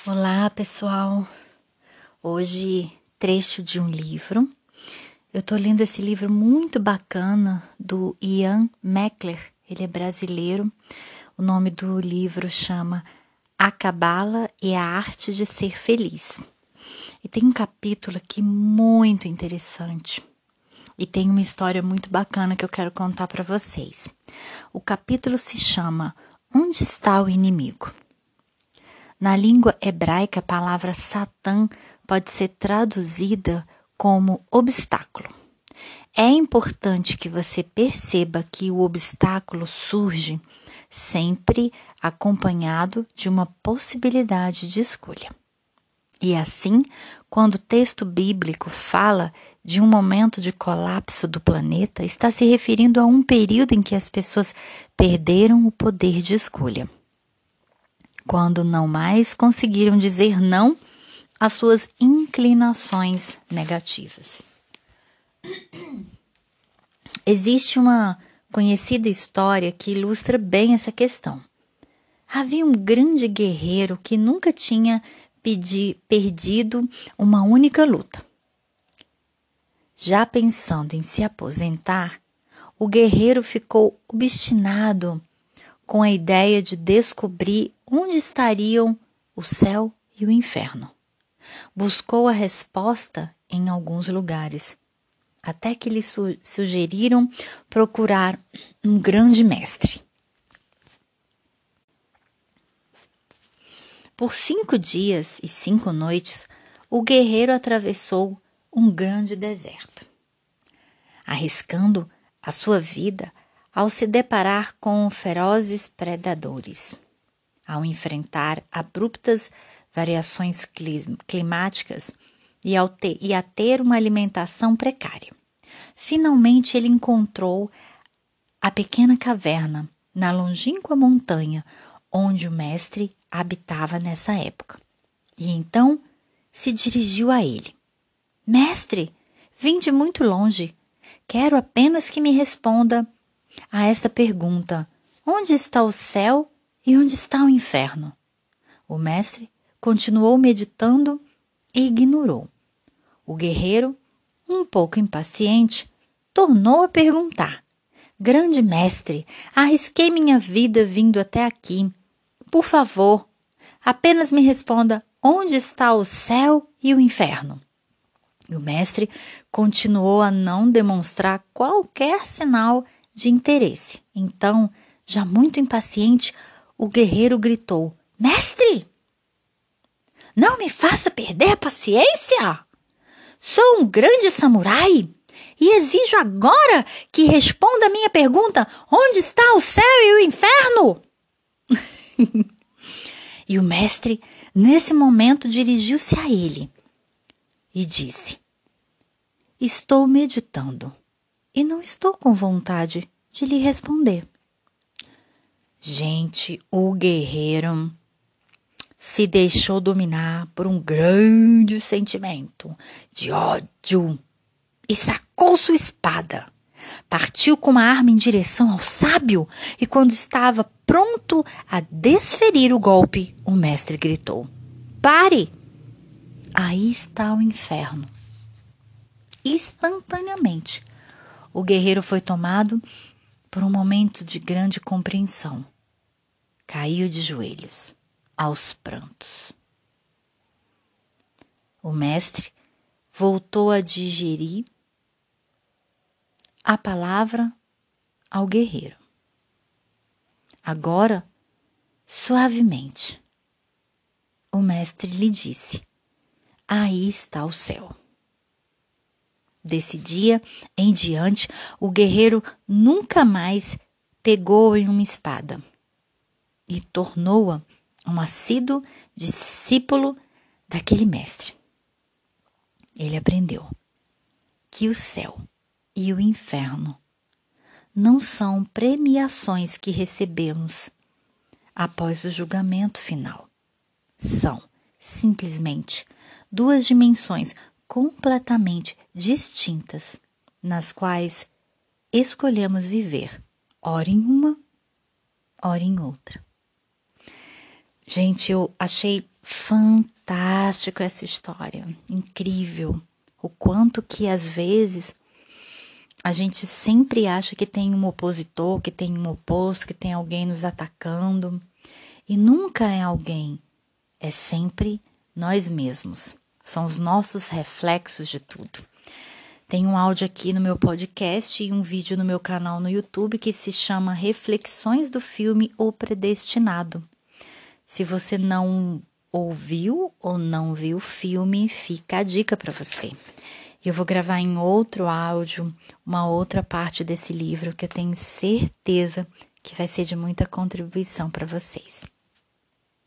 Olá, pessoal! Hoje, trecho de um livro. Eu tô lendo esse livro muito bacana do Ian Meckler. Ele é brasileiro. O nome do livro chama A Cabala e a Arte de Ser Feliz. E tem um capítulo aqui muito interessante. E tem uma história muito bacana que eu quero contar para vocês. O capítulo se chama Onde está o inimigo? Na língua hebraica, a palavra Satã pode ser traduzida como obstáculo. É importante que você perceba que o obstáculo surge sempre acompanhado de uma possibilidade de escolha. E assim, quando o texto bíblico fala de um momento de colapso do planeta, está se referindo a um período em que as pessoas perderam o poder de escolha. Quando não mais conseguiram dizer não às suas inclinações negativas. Existe uma conhecida história que ilustra bem essa questão. Havia um grande guerreiro que nunca tinha perdido uma única luta. Já pensando em se aposentar, o guerreiro ficou obstinado com a ideia de descobrir onde estariam o céu e o inferno. Buscou a resposta em alguns lugares, até que lhe sugeriram procurar um grande mestre. Por 5 dias e 5 noites, o guerreiro atravessou um grande deserto, arriscando a sua vida ao se deparar com ferozes predadores, ao enfrentar abruptas variações climáticas e a ter uma alimentação precária. Finalmente ele encontrou a pequena caverna na longínqua montanha onde o mestre habitava nessa época. E então se dirigiu a ele. Mestre, vim de muito longe. Quero apenas que me responda a esta pergunta: onde está o céu e onde está o inferno? O mestre continuou meditando e ignorou. O guerreiro, um pouco impaciente, tornou a perguntar: Grande mestre, arrisquei minha vida vindo até aqui. Por favor, apenas me responda onde está o céu e o inferno. E o mestre continuou a não demonstrar qualquer sinal de interesse. Então, já muito impaciente, o guerreiro gritou: Mestre! Não me faça perder a paciência! Sou um grande samurai e exijo agora que responda a minha pergunta: onde está o céu e o inferno? E o mestre, nesse momento, dirigiu-se a ele e disse: Estou meditando e não estou com vontade de lhe responder. Gente, o guerreiro se deixou dominar por um grande sentimento de ódio e sacou sua espada. Partiu com uma arma em direção ao sábio e quando estava pronto a desferir o golpe, o mestre gritou: Pare! Aí está o inferno. Instantaneamente, o guerreiro foi tomado por um momento de grande compreensão. Caiu de joelhos, aos prantos. O mestre voltou a digerir a palavra ao guerreiro. Agora, suavemente, o mestre lhe disse: Aí está o céu. Desse dia em diante, o guerreiro nunca mais pegou em uma espada e tornou-a um assíduo discípulo daquele mestre. Ele aprendeu que o céu e o inferno não são premiações que recebemos após o julgamento final. São simplesmente 2 dimensões completamente distintas, nas quais escolhemos viver, ora em uma, ora em outra. Gente, eu achei Fantástico essa história, incrível. O quanto que às vezes a gente sempre acha que tem um opositor, que tem um oposto, que tem alguém nos atacando. E nunca é alguém, é sempre nós mesmos. São os nossos reflexos de tudo. Tem um áudio aqui no meu podcast e um vídeo no meu canal no YouTube que se chama Reflexões do filme O Predestinado. Se você não ouviu ou não viu o filme, fica a dica para você. Eu vou gravar em outro áudio uma outra parte desse livro que eu tenho certeza que vai ser de muita contribuição para vocês.